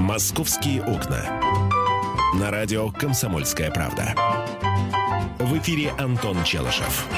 «Московские окна». На радио «Комсомольская правда». В эфире Антон Челышев.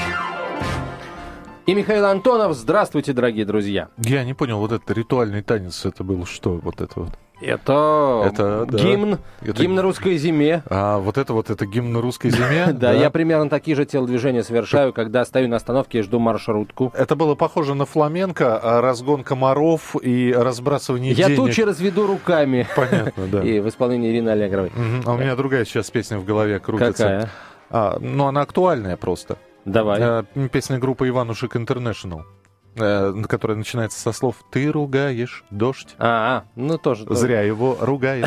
И Михаил Антонов. Здравствуйте, дорогие друзья. Я не понял, вот этот ритуальный танец, это был что? Вот это вот? Это гимн, да. Гимн русской зиме. А вот это гимн русской зиме? Да, я примерно такие же телодвижения совершаю, когда стою на остановке и жду маршрутку. Это было похоже на фламенко, разгон комаров и разбрасывание денег. Я тучи разведу руками. Понятно, да. И в исполнении Ирины Аллегровой. А у меня другая сейчас песня в голове крутится. Какая? Ну, она актуальная просто. Давай. Песня группы Иванушек Интернешнл, которая начинается со слов «Ты ругаешь дождь». Ну тоже. Зря его ругаешь.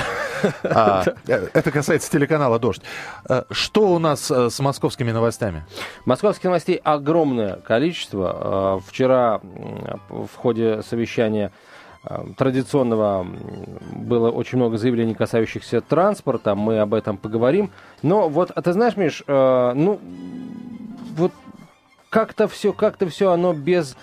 Это касается телеканала «Дождь». Что у нас с московскими новостями? Московских новостей огромное количество. Вчера в ходе совещания традиционного было очень много заявлений, касающихся транспорта. Мы об этом поговорим. Но вот, ты знаешь, Миш, вот как-то все оно без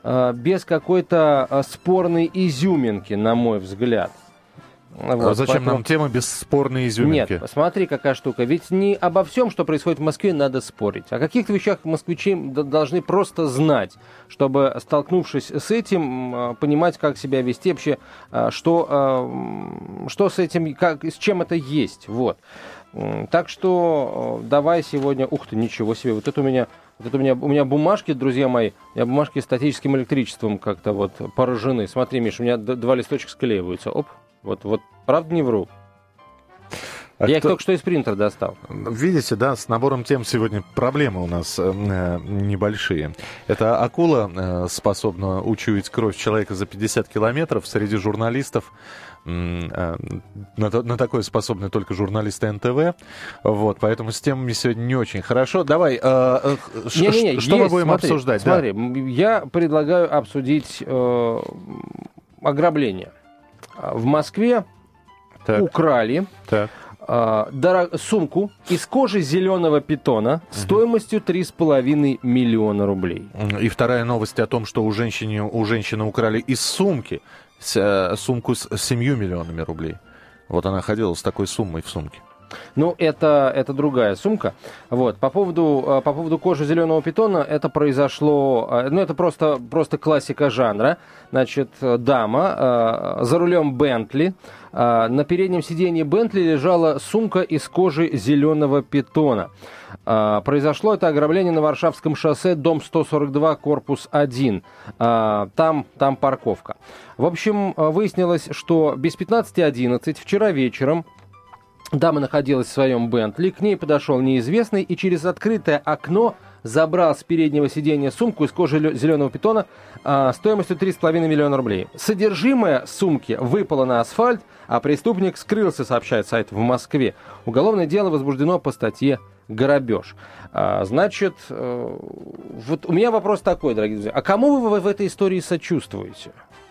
какой-то спорной изюминки, на мой взгляд. Вот, зачем нам тема без спорной изюминки? Нет, смотри, какая штука. Ведь не обо всем, что происходит в Москве, надо спорить. О каких-то вещах москвичи должны просто знать, чтобы, столкнувшись с этим, понимать, как себя вести вообще, что с этим, с чем это есть. Вот. Так что давай сегодня... Ух ты, ничего себе. Вот это у меня бумажки, друзья мои, у меня бумажки с статическим электричеством как-то вот поражены. Смотри, Миш, у меня два листочка склеиваются. Оп. Вот, правда не вру. Я их только что из принтера достал. Видите, да, с набором тем сегодня проблемы у нас небольшие. Эта акула способна учуять кровь человека за 50 километров. Среди журналистов на такое способны только журналисты НТВ. Вот, поэтому с темами сегодня не очень хорошо. Давай, что мы будем обсуждать? Смотри, я предлагаю обсудить ограбление. В Москве украли сумку из кожи зеленого питона стоимостью 3,5 миллиона рублей. И вторая новость о том, что у женщины украли из сумки сумку с 7 миллионами рублей. Вот она ходила с такой суммой в сумке. Ну, это другая сумка. Вот. По поводу кожи зеленого питона, это произошло... это просто классика жанра. Значит, дама за рулем Бентли. На переднем сиденье Бентли лежала сумка из кожи зеленого питона. Произошло это ограбление на Варшавском шоссе, дом 142, корпус 1. Там парковка. В общем, выяснилось, что без 15:11 вчера вечером дама находилась в своем Бентли, к ней подошел неизвестный и через открытое окно забрал с переднего сиденья сумку из кожи зеленого питона стоимостью 3,5 миллиона рублей. Содержимое сумки выпало на асфальт, а преступник скрылся, сообщает сайт в Москве. Уголовное дело возбуждено по статье «Грабеж». Значит, вот у меня вопрос такой, дорогие друзья. А кому вы в этой истории сочувствуете?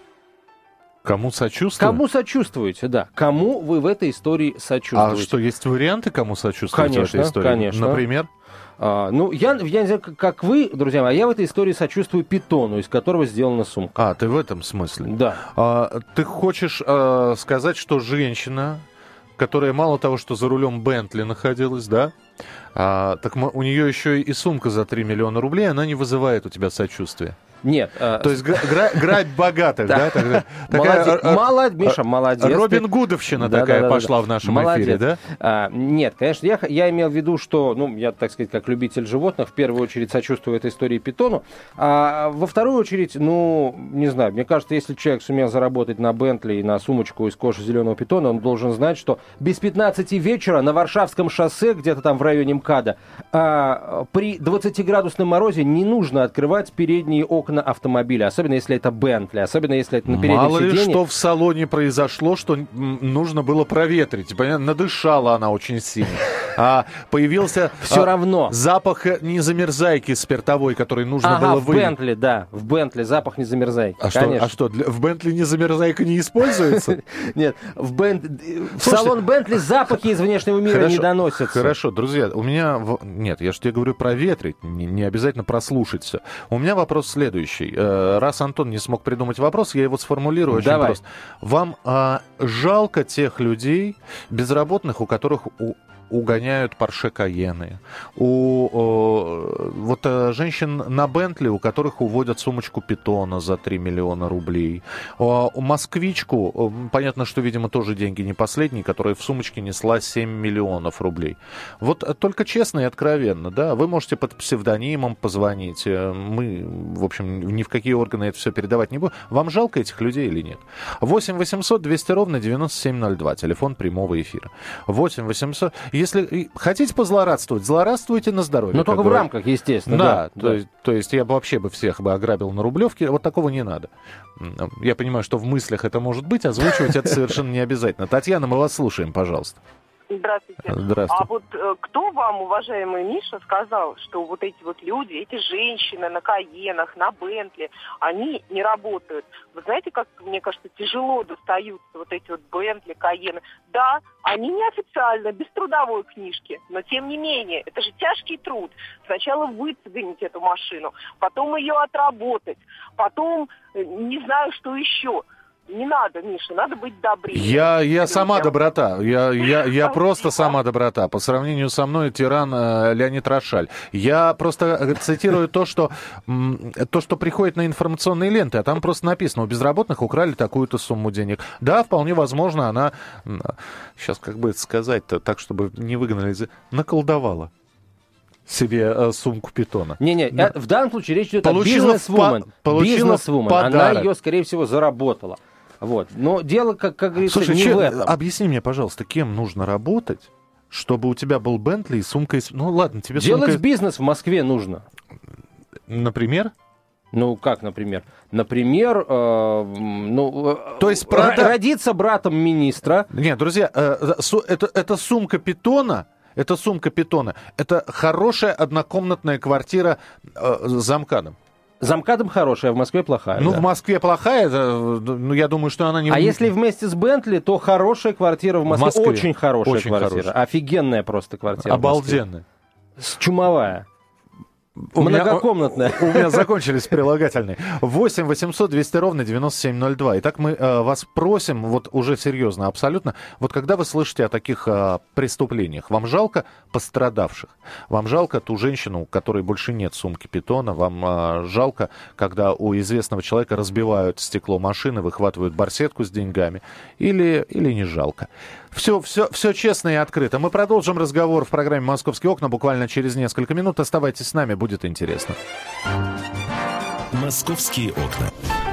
Кому сочувствуете? Кому сочувствуете, да. Кому вы в этой истории сочувствуете? А что, есть варианты, кому сочувствуете в этой истории? Конечно. Например? Я не знаю, как вы, друзья мои, а я в этой истории сочувствую питону, из которого сделана сумка. Ты в этом смысле? Да. Ты хочешь сказать, что женщина, которая мало того, что за рулем Бентли находилась, да? Так у нее еще и сумка за 3 миллиона рублей, она не вызывает у тебя сочувствия? Нет. То есть грабь богатых, да? Молодец, Миша, молодец. Робин Гудовщина такая пошла в нашем эфире, да? Нет, конечно, я имел в виду, что, я, так сказать, как любитель животных, в первую очередь сочувствую этой истории питону, а во вторую очередь, не знаю, мне кажется, если человек сумел заработать на Бентли и на сумочку из кожи зеленого питона, он должен знать, что без 15 вечера на Варшавском шоссе, где-то там в районе МКАДа, при 20-градусном морозе не нужно открывать передние окна автомобиля, особенно если это Бентли, особенно если это на переднем сиденье. Мало ли что в салоне произошло, что нужно было проветрить. Понятно, надышала она очень сильно. Появился все равно запах незамерзайки спиртовой, который нужно было в Бентли, да, в Бентли запах незамерзайки. А что, в Бентли незамерзайка не используется? Нет, в салон Бентли запахи из внешнего мира не доносятся. Хорошо, друзья, у меня... Нет, я же тебе говорю проветрить, не обязательно прослушать все. У меня вопрос следующий. Раз Антон не смог придумать вопрос, я его сформулирую очень просто. Вам жалко тех людей, безработных, у которых угоняют Порше Кайены, вот женщин на Бентли, у которых уводят сумочку Питона за 3 миллиона рублей, москвичку, понятно, что, видимо, тоже деньги не последние, которая в сумочке несла 7 миллионов рублей. Вот только честно и откровенно, да, вы можете под псевдонимом позвонить, мы, в общем, ни в какие органы это все передавать не будем. Вам жалко этих людей или нет? 8 800 200 ровно 9702, телефон прямого эфира. 8 800... Если хотите позлорадствовать, злорадствуйте на здоровье. Но только в рамках, естественно. Да. То есть я бы вообще всех ограбил на Рублевке. Вот такого не надо. Я понимаю, что в мыслях это может быть, озвучивать это совершенно не обязательно. Татьяна, мы вас слушаем, пожалуйста. Здравствуйте. Здравствуйте. А вот кто вам, уважаемый Миша, сказал, что вот эти вот люди, эти женщины на Кайенах, на Бентли, они не работают? Вы знаете, как, мне кажется, тяжело достаются вот эти вот Бентли, Кайены. Да, они неофициально, без трудовой книжки, но тем не менее, это же тяжкий труд. Сначала выцегонить эту машину, потом ее отработать, потом не знаю, что еще. Не надо, Миша, надо быть добрее. Я сама доброта. Я просто сама доброта. По сравнению со мной тиран Леонид Рошаль. Я просто цитирую то, что приходит на информационные ленты, а там просто написано: у безработных украли такую-то сумму денег. Да, вполне возможно, она, сейчас как бы сказать-то так, чтобы не выгнали, наколдовала себе сумку Питона. В данном случае речь идет о бизнес-вумен. Она ее, скорее всего, заработала. Вот. Но дело, как говорится, не в этом. Объясни мне, пожалуйста, кем нужно работать, чтобы у тебя был Бентли и сумка... Ну ладно, тебе делать сумка... бизнес в Москве нужно. Например? Ну, как, например? Например, то есть родиться братом министра. Нет, друзья, это сумка Питона... Это сумка Питона. Это хорошая однокомнатная квартира за МКАДом. За МКАДом хорошая, а в Москве плохая. Ну, да. В Москве плохая, я думаю, что она не... А если вместе с Бентли, то хорошая квартира в Москве. Очень хорошая квартира. Хорошая. Офигенная просто квартира. Обалденная. Чумовая. Многокомнатная. У меня закончились прилагательные. 8 800 200 ровно 9702. Итак, мы вас просим, вот уже серьезно, абсолютно, вот когда вы слышите о таких преступлениях, вам жалко пострадавших? Вам жалко ту женщину, у которой больше нет сумки Питона? Вам жалко, когда у известного человека разбивают стекло машины, выхватывают барсетку с деньгами? Или не жалко? Все честно и открыто. Мы продолжим разговор в программе «Московские окна» буквально через несколько минут. Оставайтесь с нами, будет интересно. «Московские окна».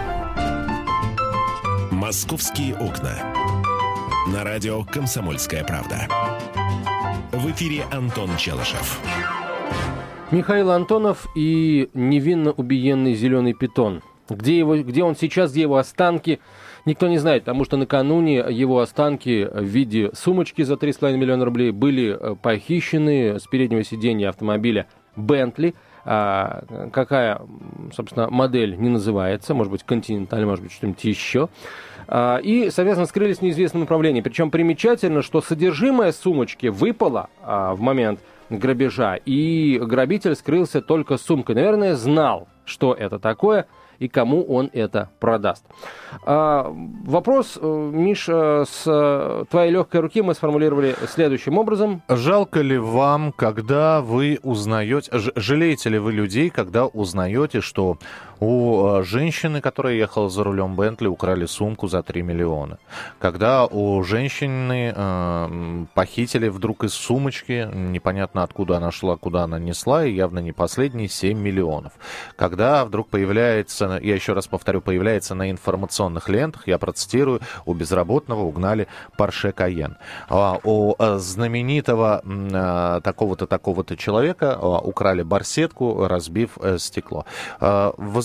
«Московские окна». На радио «Комсомольская правда». В эфире Антон Челышев. Михаил Антонов и невинно убиенный зеленый питон. Где он сейчас, где его останки, никто не знает, потому что накануне его останки в виде сумочки за 3,5 миллиона рублей были похищены с переднего сиденья автомобиля «Бентли». Какая, собственно, модель не называется, может быть, «Континенталь», может быть, что-нибудь еще. И, соответственно, скрылись в неизвестном направлении. Причем примечательно, что содержимое сумочки выпало в момент грабежа, и грабитель скрылся только с сумкой. Наверное, знал, что это такое и кому он это продаст. Вопрос, Миш, с твоей легкой руки мы сформулировали следующим образом. Жалко ли вам, когда вы узнаете, жалеете ли вы людей, когда узнаете, что у женщины, которая ехала за рулем Бентли, украли сумку за 3 миллиона? Когда у женщины похитили вдруг из сумочки, непонятно откуда она шла, куда она несла, и явно не последние 7 миллионов. Когда вдруг появляется, я еще раз повторю, появляется на информационных лентах, я процитирую, у безработного угнали Порше Кайен. У знаменитого такого-то человека украли барсетку, разбив стекло.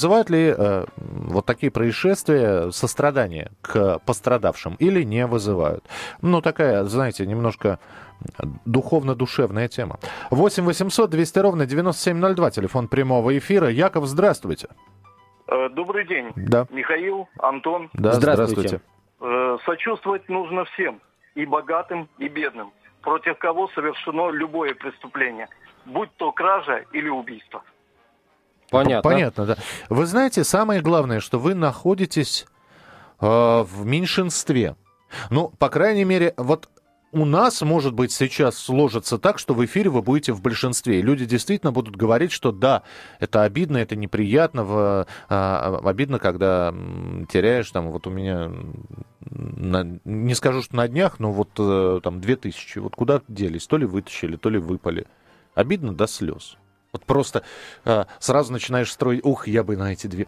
вызывают ли вот такие происшествия сострадание к пострадавшим или не вызывают? Ну, такая, знаете, немножко духовно-душевная тема. 8 800 200 ровно 9702, телефон прямого эфира. Яков, здравствуйте. Добрый день. Да. Михаил, Антон. Да, здравствуйте. Сочувствовать нужно всем, и богатым, и бедным, против кого совершено любое преступление, будь то кража или убийство. Понятно, да. Вы знаете, самое главное, что вы находитесь в меньшинстве. Ну, по крайней мере, вот у нас, может быть, сейчас сложится так, что в эфире вы будете в большинстве. И люди действительно будут говорить, что да, это обидно, это неприятно. Обидно, когда теряешь, там, вот у меня, не скажу, что на днях, но вот там 2000. Вот куда делись? То ли вытащили, то ли выпали. Обидно до слез. Вот просто сразу начинаешь строить, я бы на эти две,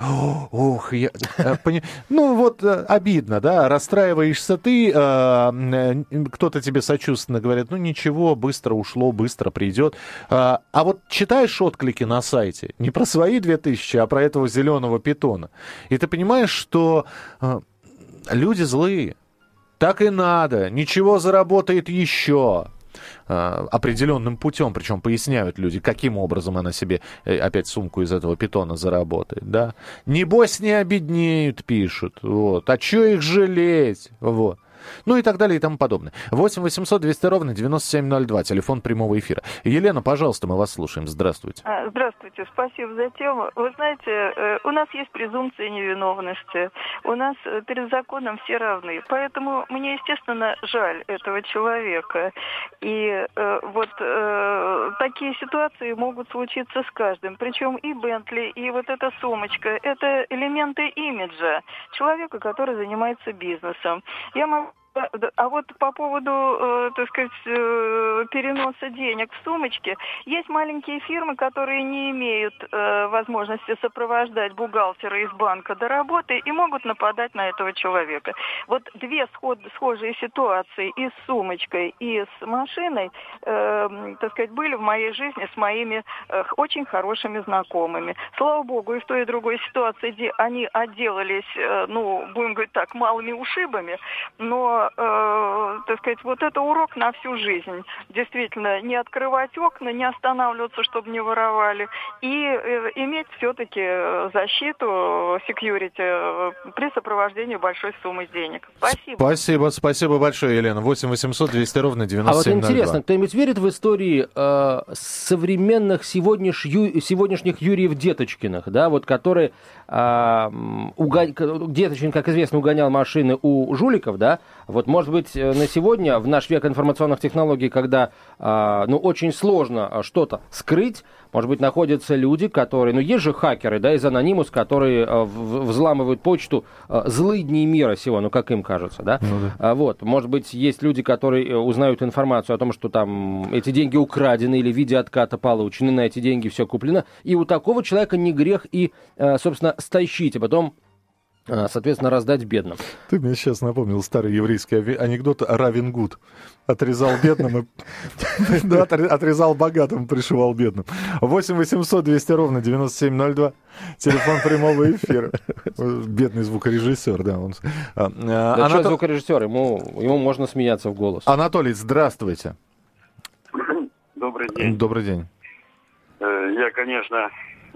ну вот обидно, да, расстраиваешься ты, кто-то тебе сочувственно говорит, ну ничего, быстро ушло, быстро придет. А вот читаешь отклики на сайте, не про свои 2000, а про этого зеленого питона, и ты понимаешь, что люди злые, так и надо, ничего заработает еще. Определенным путем, причем поясняют люди, каким образом она себе опять сумку из этого питона заработает, да. Небось не обеднеют, пишут, вот. А чё их жалеть, вот. Ну и так далее и тому подобное. 8 800 200 ровно 9702, телефон прямого эфира. Елена, пожалуйста, мы вас слушаем. Здравствуйте. Здравствуйте, спасибо за тему. Вы знаете, у нас есть презумпция невиновности. У нас перед законом все равны. Поэтому мне, естественно, жаль этого человека. И вот такие ситуации могут случиться с каждым. Причем и Бентли, и вот эта сумочка – это элементы имиджа человека, который занимается бизнесом. А вот по поводу, так сказать, переноса денег в сумочки, есть маленькие фирмы, которые не имеют возможности сопровождать бухгалтера из банка до работы и могут нападать на этого человека. Вот две схожие ситуации и с сумочкой, и с машиной, так сказать, были в моей жизни с моими очень хорошими знакомыми. Слава богу, и в той, и в другой ситуации они отделались, будем говорить так, малыми ушибами, но так сказать, вот это урок на всю жизнь. Действительно, не открывать окна, не останавливаться, чтобы не воровали, и иметь все-таки защиту, security при сопровождении большой суммы денег. Спасибо. Спасибо большое, Елена. 8 800 200 ровно 9702. А вот интересно, кто-нибудь верит в истории современных сегодняшних Юрьев Деточкиных, да, вот которые Деточкин, как известно, угонял машины у жуликов, да. Вот, может быть, на сегодня, в наш век информационных технологий, когда, очень сложно что-то скрыть, может быть, находятся люди, которые, есть же хакеры, да, из Anonymous, которые взламывают почту, злыдни мира сего, как им кажется, да. Вот, может быть, есть люди, которые узнают информацию о том, что там эти деньги украдены или в виде отката получены, на эти деньги все куплено, и у такого человека не грех и, собственно, стащить, а потом, соответственно, раздать бедным. Ты мне сейчас напомнил старый еврейский анекдот Равин Гуд. Отрезал бедным, отрезал богатым, пришивал бедным. 8 800 200 ровно 9702, телефон прямого эфира. Бедный звукорежиссер, да. Что звукорежиссер? Ему можно смеяться в голос. Анатолий, здравствуйте. Добрый день. Добрый день. Я, конечно,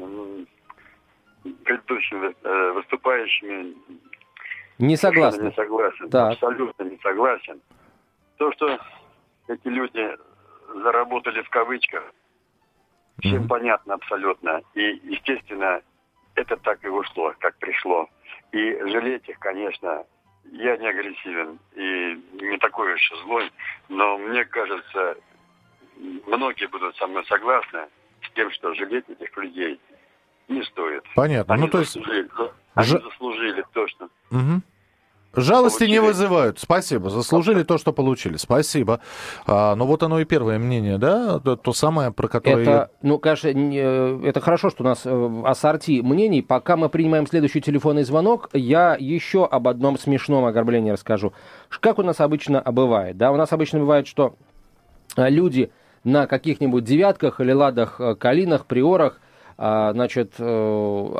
предыдущими выступающими не согласен. Не согласен. Так. Абсолютно не согласен. То, что эти люди заработали в кавычках, всем понятно абсолютно. И, естественно, это так и ушло, как пришло. И жалеть их, конечно, я не агрессивен и не такой уж злой, но мне кажется, многие будут со мной согласны с тем, что жалеть этих людей не стоит. Понятно. Они заслужили то, что... Жалости получили. Не вызывают. Спасибо. Заслужили то, что получили. Спасибо. Вот оно и первое мнение, да? То самое, про которое... конечно, это хорошо, что у нас ассорти мнений. Пока мы принимаем следующий телефонный звонок, я еще об одном смешном оскорблении расскажу. Как у нас обычно бывает, да? У нас обычно бывает, что люди на каких-нибудь девятках или ладах, калинах, приорах,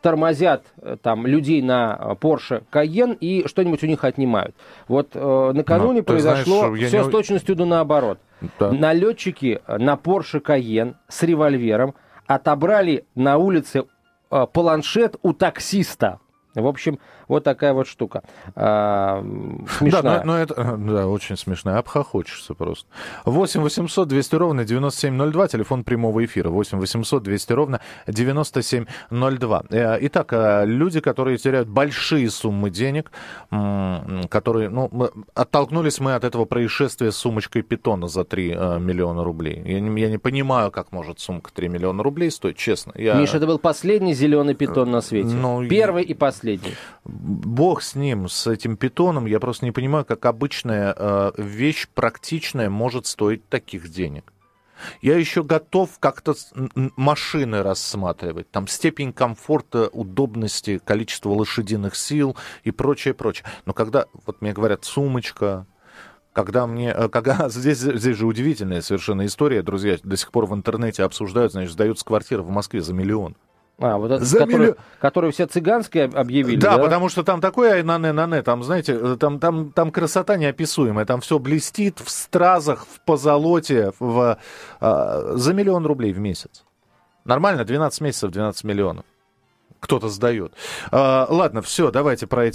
тормозят там людей на Porsche Cayenne и что-нибудь у них отнимают. Вот накануне произошло все с точностью да наоборот. Да. Налетчики на Porsche Cayenne с револьвером отобрали на улице планшет у таксиста. В общем, вот такая вот штука. Смешная. Да, но это, да, очень смешная. Обхохочешься просто. 8 800 200 ровно 9702, телефон прямого эфира. 8 800 200 ровно 9702. Итак, люди, которые теряют большие суммы денег, которые, оттолкнулись мы от этого происшествия с сумочкой питона за 3 миллиона рублей. Я не понимаю, как может сумка 3 миллиона рублей стоить, честно. Миша, это был последний зеленый питон на свете. Первый и последний. Бог с ним, с этим питоном. Я просто не понимаю, как обычная вещь практичная может стоить таких денег. Я еще готов как-то машины рассматривать. Там степень комфорта, удобности, количество лошадиных сил и прочее, прочее. Но когда вот мне говорят сумочка, когда здесь же удивительная совершенно история, друзья, до сих пор в интернете обсуждают, значит, сдаются квартиры в Москве за 1 миллион. Вот это, который все цыганские объявили, да? Да, потому что там такое нане, там, знаете, там красота неописуемая, там все блестит в стразах, в позолоте, за 1 миллион рублей в месяц. Нормально, 12 месяцев, 12 миллионов. Кто-то сдает. Ладно, все, давайте про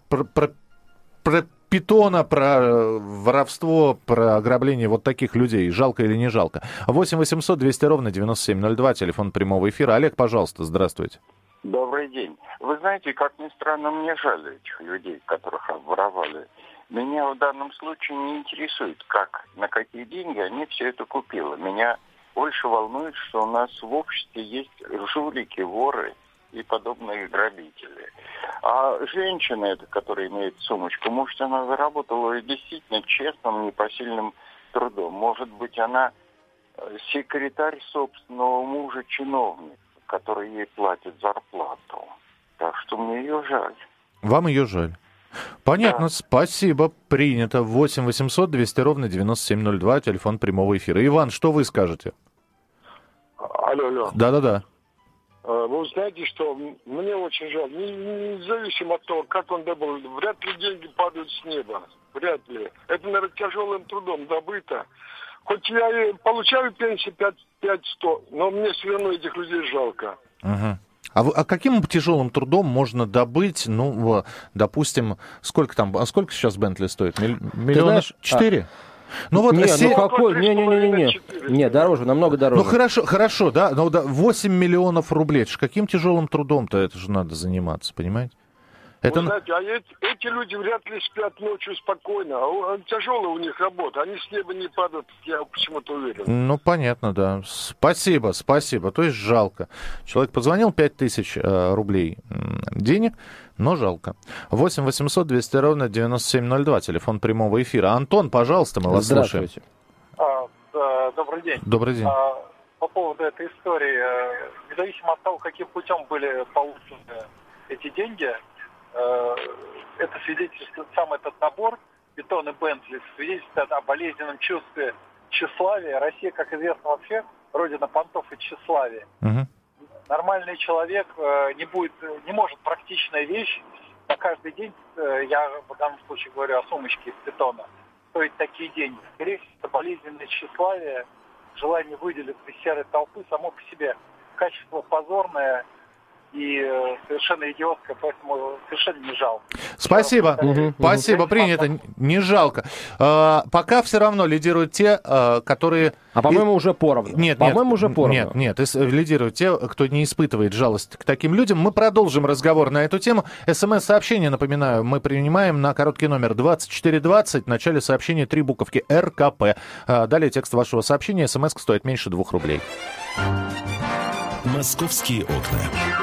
питона, про воровство, про ограбление вот таких людей. Жалко или не жалко? 8 800 200 ровно 9702, телефон прямого эфира. Олег, пожалуйста, здравствуйте. Добрый день. Вы знаете, как ни странно, мне жаль этих людей, которых воровали. Меня в данном случае не интересует, на какие деньги они все это купили. Меня больше волнует, что у нас в обществе есть жулики, воры и подобные грабители. А женщина, которая имеет сумочку, может, она заработала действительно честным, непосильным трудом. Может быть, она секретарь собственного мужа, чиновник, который ей платит зарплату. Так что мне ее жаль. Вам ее жаль. Понятно, да. Спасибо, принято. 8 800 200 ровно 9702, телефон прямого эфира. Иван, что вы скажете? Алло. Да-да-да. Вы знаете, что мне очень жаль, независимо от того, как он добыл, вряд ли деньги падают с неба, вряд ли. Это, наверное, тяжелым трудом добыто. Хоть я и получаю пенсию 500, но мне все равно этих людей жалко. Угу. А каким тяжелым трудом можно добыть, допустим, сколько сейчас Бентли стоит? Миллиона 4? Не, дороже, намного дороже. Хорошо, да, 8 миллионов рублей. Каким тяжелым трудом-то это же надо заниматься, понимаете? Вы знаете, эти люди вряд ли спят ночью спокойно. Тяжелая у них работа, они с неба не падают, я почему-то уверен. Понятно, да. Спасибо. То есть жалко. Человек позвонил, 5000 рублей денег, но жалко. 8 800 200 ровно 9702, телефон прямого эфира. Антон, пожалуйста, мы вас слушаем. Добрый день. Добрый день. По поводу этой истории, независимо от того, каким путем были получены эти деньги, это свидетельствует, сам этот набор питон и Бентли свидетельствует о болезненном чувстве тщеславия. Россия, как известно, вообще родина понтов и тщеславия. Угу. Нормальный человек не может практичная вещь на каждый день, я в данном случае говорю о сумочке из питона, стоить такие деньги. Скорее всего, это болезненное тщеславие, желание выделиться из серой толпы само по себе качество позорное и совершенно идиотское, поэтому совершенно не жалко. Спасибо. Спасибо, принято. Не жалко. Пока все равно лидируют те, которые... по-моему, уже поровну. Нет, лидируют те, кто не испытывает жалость к таким людям. Мы продолжим разговор на эту тему. СМС-сообщение, напоминаю, мы принимаем на короткий номер 2420. В начале сообщения 3 буковки РКП. Далее текст вашего сообщения. СМС стоит меньше 2 рублей. Московские окна.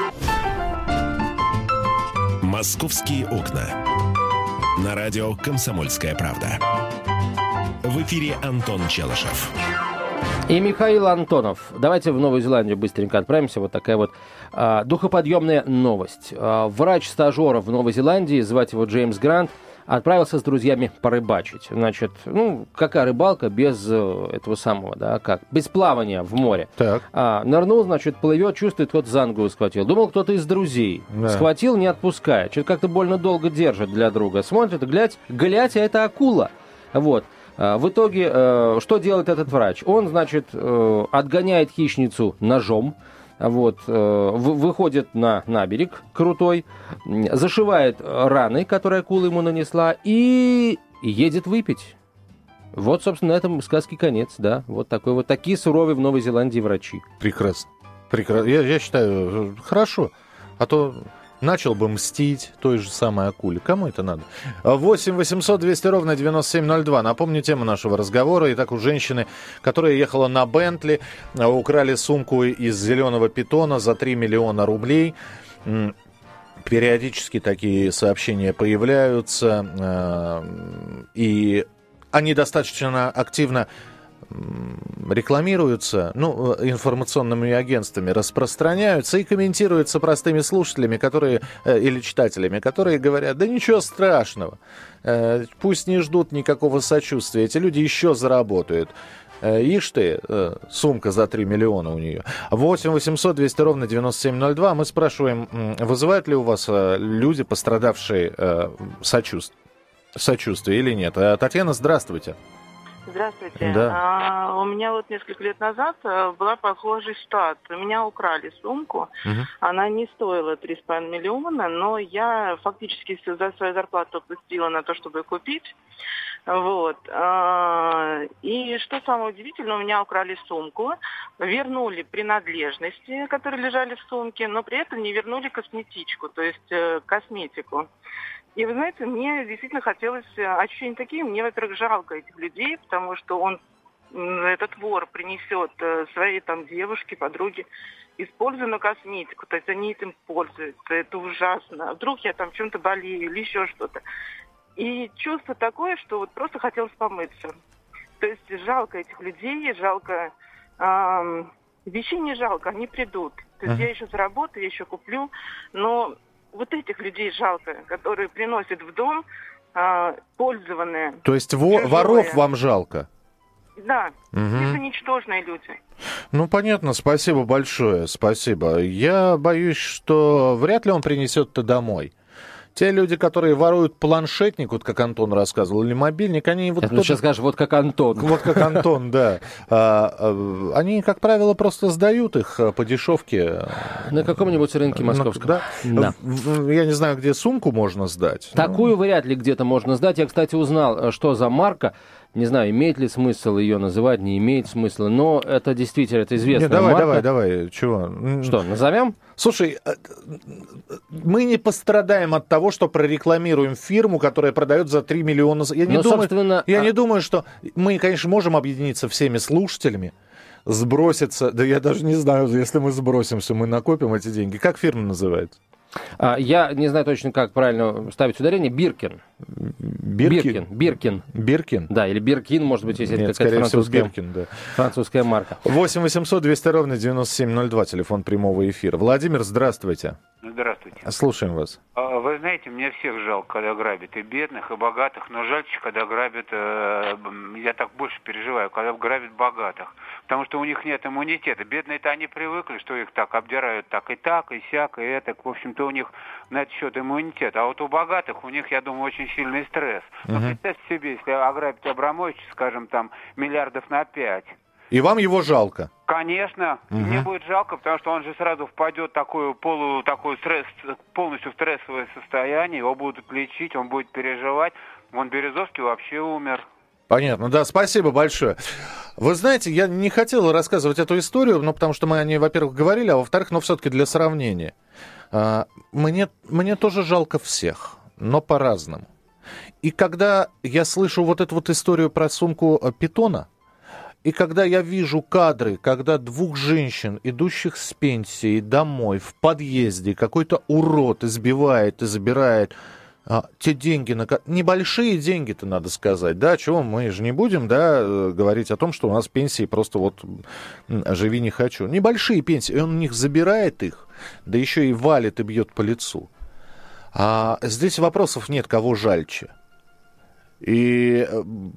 «Московские окна». На радио «Комсомольская правда». В эфире Антон Челышев. И Михаил Антонов. Давайте в Новую Зеландию быстренько отправимся. Вот такая вот духоподъемная новость. Врач-стажер в Новой Зеландии, звать его Джеймс Грант, отправился с друзьями порыбачить. Значит, какая рыбалка без этого самого, да, без плавания в море. Так. Нырнул, значит, плывет, чувствует, кто-то за ногу схватил. Думал, кто-то из друзей. Да. Схватил, не отпускает. Что-то как-то больно долго держит для друга. Смотрит, глядь, а это акула. Вот. В итоге, что делает этот врач? Он, значит, отгоняет хищницу ножом, вот, выходит на берег крутой, зашивает раны, которые акула ему нанесла, и едет выпить. Вот, собственно, на этом сказке конец, да. Вот такие суровые в Новой Зеландии врачи. Прекрасно. Я считаю, хорошо. А то... Начал бы мстить той же самой акуле. Кому это надо? 8 800 200 ровно 9702. Напомню тему нашего разговора. Итак, у женщины, которая ехала на Бентли, украли сумку из зеленого питона за 3 миллиона рублей. Периодически такие сообщения появляются. И они достаточно активно рекламируются, информационными агентствами, распространяются и комментируются простыми слушателями, или читателями, которые говорят, да ничего страшного, пусть не ждут никакого сочувствия, эти люди еще заработают. Ишь ты, сумка за 3 миллиона у нее. 8 800 200 ровно 9702. Мы спрашиваем, вызывают ли у вас люди, пострадавшие, сочувствие или нет? Татьяна, здравствуйте. Здравствуйте. Да. У меня несколько лет назад была похожая ситуация. У меня украли сумку. Она не стоила 3,5 миллиона, но я фактически за свою зарплату пустила на то, чтобы купить. Вот. И что самое удивительное, у меня украли сумку, вернули принадлежности, которые лежали в сумке, но при этом не вернули косметичку, то есть косметику. И вы знаете, мне действительно хотелось, ощущения такие, мне, во-первых, жалко этих людей, потому что этот вор принесет своей девушке, подруге использованную косметику, то есть они этим пользуются, это ужасно. Вдруг я в чем-то болею или еще что-то. И чувство такое, что просто хотелось помыться. То есть жалко этих людей, жалко, вещей не жалко, они придут. То есть я еще заработаю, я еще куплю, но... Вот этих людей жалко, которые приносят в дом пользованные. То есть воров вам жалко? Да, это ничтожные люди. Понятно, спасибо большое, спасибо. Я боюсь, что вряд ли он принесет-то домой. Те люди, которые воруют планшетник, как Антон рассказывал, или мобильник, они... сейчас скажешь, как Антон. Вот как Антон, да. Они, как правило, просто сдают их по дешевке. На каком-нибудь рынке московском. Да. Я не знаю, где сумку можно сдать. Такую вряд ли где-то можно сдать. Я, кстати, узнал, что за марка. Не знаю, имеет ли смысл ее называть, не имеет смысла, но это действительно известная марка. Давай, чего? Что, назовем? Слушай, мы не пострадаем от того, что прорекламируем фирму, которая продает за 3 миллиона. Я не думаю, что мы, конечно, можем объединиться всеми слушателями, сброситься. Да я даже не знаю, если мы сбросимся, мы накопим эти деньги. Как фирма называется? Я не знаю точно, как правильно ставить ударение. Биркин. Биркин? Да, или Биркин, может быть, если это какая-то французская марка. 8 800 200 ровно 9702, телефон прямого эфира. Владимир, здравствуйте. Здравствуйте. Слушаем вас. Вы знаете, мне всех жалко, когда грабят, и бедных, и богатых, но жаль, когда грабят, я так больше переживаю, когда грабят богатых, потому что у них нет иммунитета. Бедные-то они привыкли, что их так обдирают так, и сяк, и это, в общем-то, у них на этот счет иммунитет. А вот у богатых, у них, я думаю, очень сильный стресс. Но представьте себе, если ограбить Абрамовича, скажем, миллиардов на 5. И вам его жалко? Конечно, мне будет жалко, потому что он же сразу впадет в полностью в стрессовое состояние, его будут лечить, он будет переживать. Березовский вообще умер. Понятно, да, спасибо большое. Вы знаете, я не хотел рассказывать эту историю, потому что мы о ней, во-первых, говорили, а во-вторых, все-таки для сравнения. Мне тоже жалко всех, но по-разному. И когда я слышу эту историю про сумку питона, и когда я вижу кадры, когда 2 женщин, идущих с пенсии домой, в подъезде, какой-то урод избивает и забирает те деньги, небольшие деньги-то, надо сказать, да, чего мы же не будем, да, говорить о том, что у нас пенсии просто живи не хочу. Небольшие пенсии, и он у них забирает их, да еще и валит и бьет по лицу. А здесь вопросов нет, кого жальче. И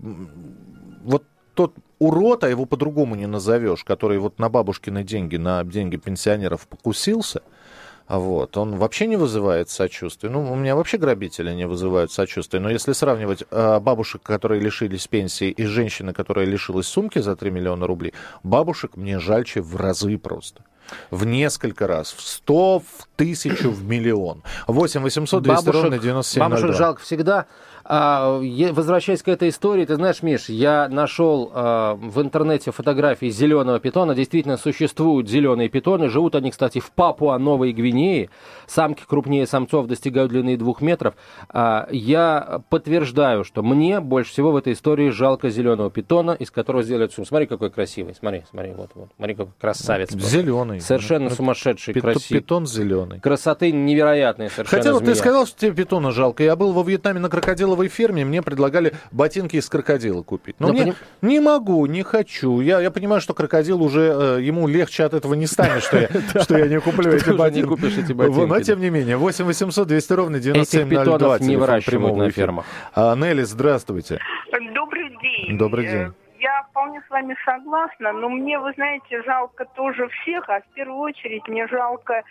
вот тот урод, а его по-другому не назовешь, который вот на бабушкины деньги, на деньги пенсионеров покусился, вот, он вообще не вызывает сочувствия. Ну, у меня вообще грабители не вызывают сочувствия. Но если сравнивать бабушек, которые лишились пенсии, и женщины, которая лишилась сумки за 3 миллиона рублей, бабушек мне жальче в разы просто. В несколько раз. В 100, в 1000, в миллион. 8 800 200 ровно 9702. Бабушек жалко всегда. Возвращаясь к этой истории, ты знаешь, Миш, я нашел в интернете фотографии зеленого питона. Действительно существуют зеленые питоны. Живут они, кстати, в Папуа-Новой Гвинее. Самки крупнее самцов достигают длины 2 метров. Я подтверждаю, что мне больше всего в этой истории жалко зеленого питона, из которого сделают сумку. Смотри, какой красивый. Смотри, вот. Смотри, какой красавец. Зеленый. Совершенно сумасшедший, красивый. Питон зеленый. Красоты невероятные совершенно. Хотя вот змея. ты сказал, что тебе питона жалко. Я был во Вьетнаме на крокодиловой ферме, мне предлагали ботинки из крокодила купить. Но мне не могу, не хочу. Я понимаю, что крокодил уже, ему легче от этого не станет, что я не куплю эти ботинки. Не купишь эти ботинки. Но тем не менее, 8 800 200 ровно 9702. Этих питонов не выращивают на фермах. Нелли, здравствуйте. Добрый день. Добрый день. Я вполне с вами согласна, но мне, вы знаете, жалко тоже всех, а в первую очередь мне жалко,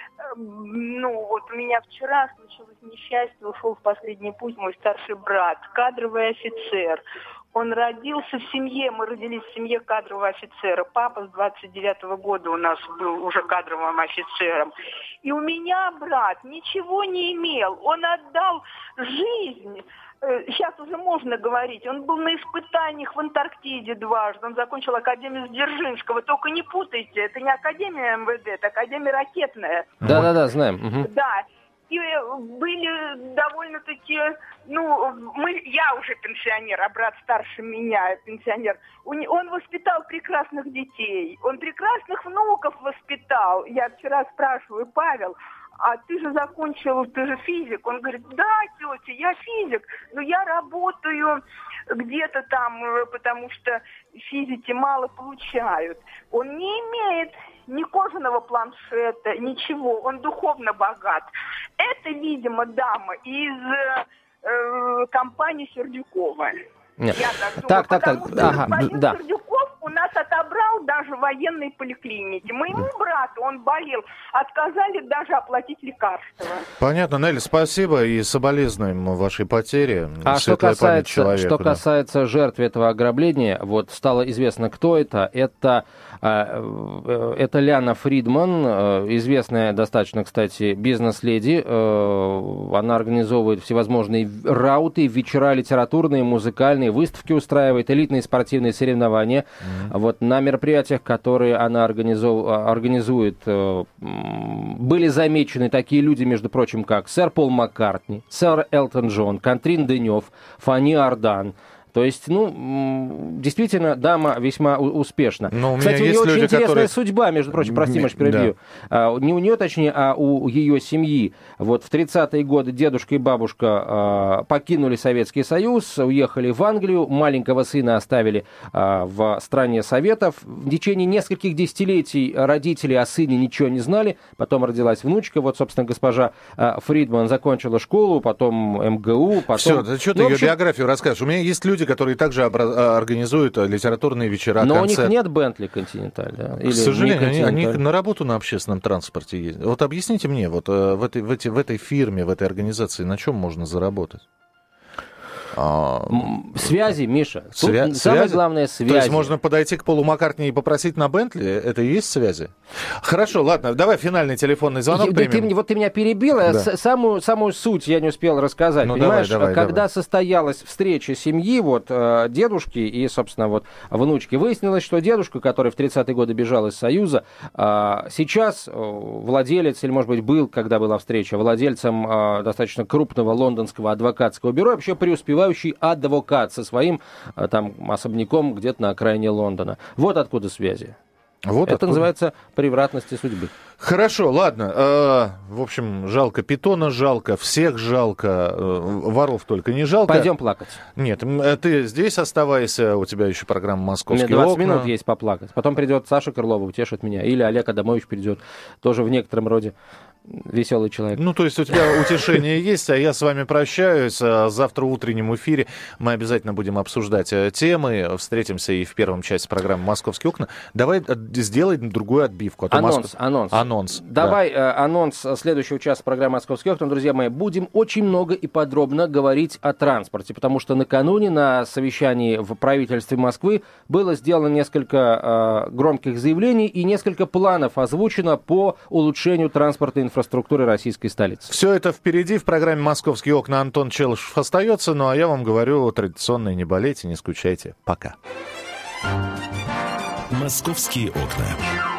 вот у меня вчера случилось несчастье, ушел в последний путь мой старший брат, кадровый офицер. Он родился в семье, мы родились в семье кадрового офицера. Папа с 29-го года у нас был уже кадровым офицером. И у меня брат ничего не имел, он отдал жизнь. Сейчас уже можно говорить. Он был на испытаниях в Антарктиде дважды. Он закончил Академию Дзержинского. Только не путайте, это не Академия МВД, это Академия ракетная. Да, знаем. Угу. Да. И были довольно-таки, я уже пенсионер, а брат старше меня, пенсионер. Он воспитал прекрасных детей, он прекрасных внуков воспитал. Я вчера спрашиваю, Павел, а ты же закончил, ты же физик. Он говорит, да, тетя, я физик, но я работаю где-то там, потому что физики мало получают. Он не имеет ни кожаного планшета, ничего, он духовно богат. Это, видимо, дама из компании Сердюкова. Нет. Я так думаю, потому что да. Сердюков у нас отобрал даже в военной поликлинике. Моему брату, он болел, отказали даже оплатить лекарства. Понятно, Нелли, спасибо и соболезнуем вашей потере. А что касается жертв этого ограбления, вот стало известно, кто это. Это Ляна Фридман, известная достаточно, кстати, бизнес-леди. Она организовывает всевозможные рауты, вечера литературные, музыкальные, выставки устраивает, элитные спортивные соревнования. Вот на мероприятиях, которые она организует, были замечены такие люди, между прочим, как сэр Пол Маккартни, сэр Элтон Джон, Катрин Денев, Фанни Ардан. То есть, действительно, дама весьма успешна. Кстати, у нее очень интересная судьба, между прочим, прости, Маш, перебью. Да. Не у нее, точнее, а у ее семьи. Вот в 30-е годы дедушка и бабушка покинули Советский Союз, уехали в Англию, маленького сына оставили в стране Советов. В течение нескольких десятилетий родители о сыне ничего не знали. Потом родилась внучка. Вот, собственно, госпожа Фридман закончила школу, потом МГУ, потом... Все, да что ты ее биографию расскажешь? У меня есть люди, которые также организуют литературные вечера, но концерты. У них нет Бентли Континенталь, да? К сожалению, они на работу на общественном транспорте ездят. Вот объясните мне, вот в этой фирме, в этой организации на чем можно заработать? Связи, Миша. Самое главное — связи. То есть можно подойти к Полу Маккартни и попросить на Бентли? Это и есть связи? Хорошо, ладно, давай финальный телефонный звонок примем. Ты меня перебил, да. Самую суть я не успел рассказать. Понимаешь, когда состоялась встреча семьи, вот дедушки и, собственно, вот внучки, выяснилось, что дедушка, который в 30-е годы бежал из Союза, сейчас владелец, или, может быть, был, когда была встреча, владельцем достаточно крупного лондонского адвокатского бюро, вообще преуспевающий адвокат со своим там особняком где-то на окраине Лондона. Вот откуда связи. Это называется превратности судьбы. Хорошо, ладно. В общем, жалко питона, жалко, всех жалко, воров только не жалко. Пойдем плакать. Нет, ты здесь оставайся, у тебя еще программа «Московские окна». 20 минут есть поплакать. Потом придет Саша Крылова, утешит меня. Или Олег Адамович придет, тоже в некотором роде веселый человек. Ну, то есть у тебя утешение есть, а я с вами прощаюсь. Завтра в утреннем эфире мы обязательно будем обсуждать темы. Встретимся и в первом части программы «Московские окна». Давай сделай другую отбивку. Анонс. Давай анонс следующего часа программы «Московские окна». Друзья мои, будем очень много и подробно говорить о транспорте, потому что накануне на совещании в правительстве Москвы было сделано несколько громких заявлений и несколько планов озвучено по улучшению транспортной инфраструктуры российской столицы. Все это впереди в программе «Московские окна». Антон Челышев остается, ну а я вам говорю традиционно: не болейте, не скучайте. Пока. «Московские окна».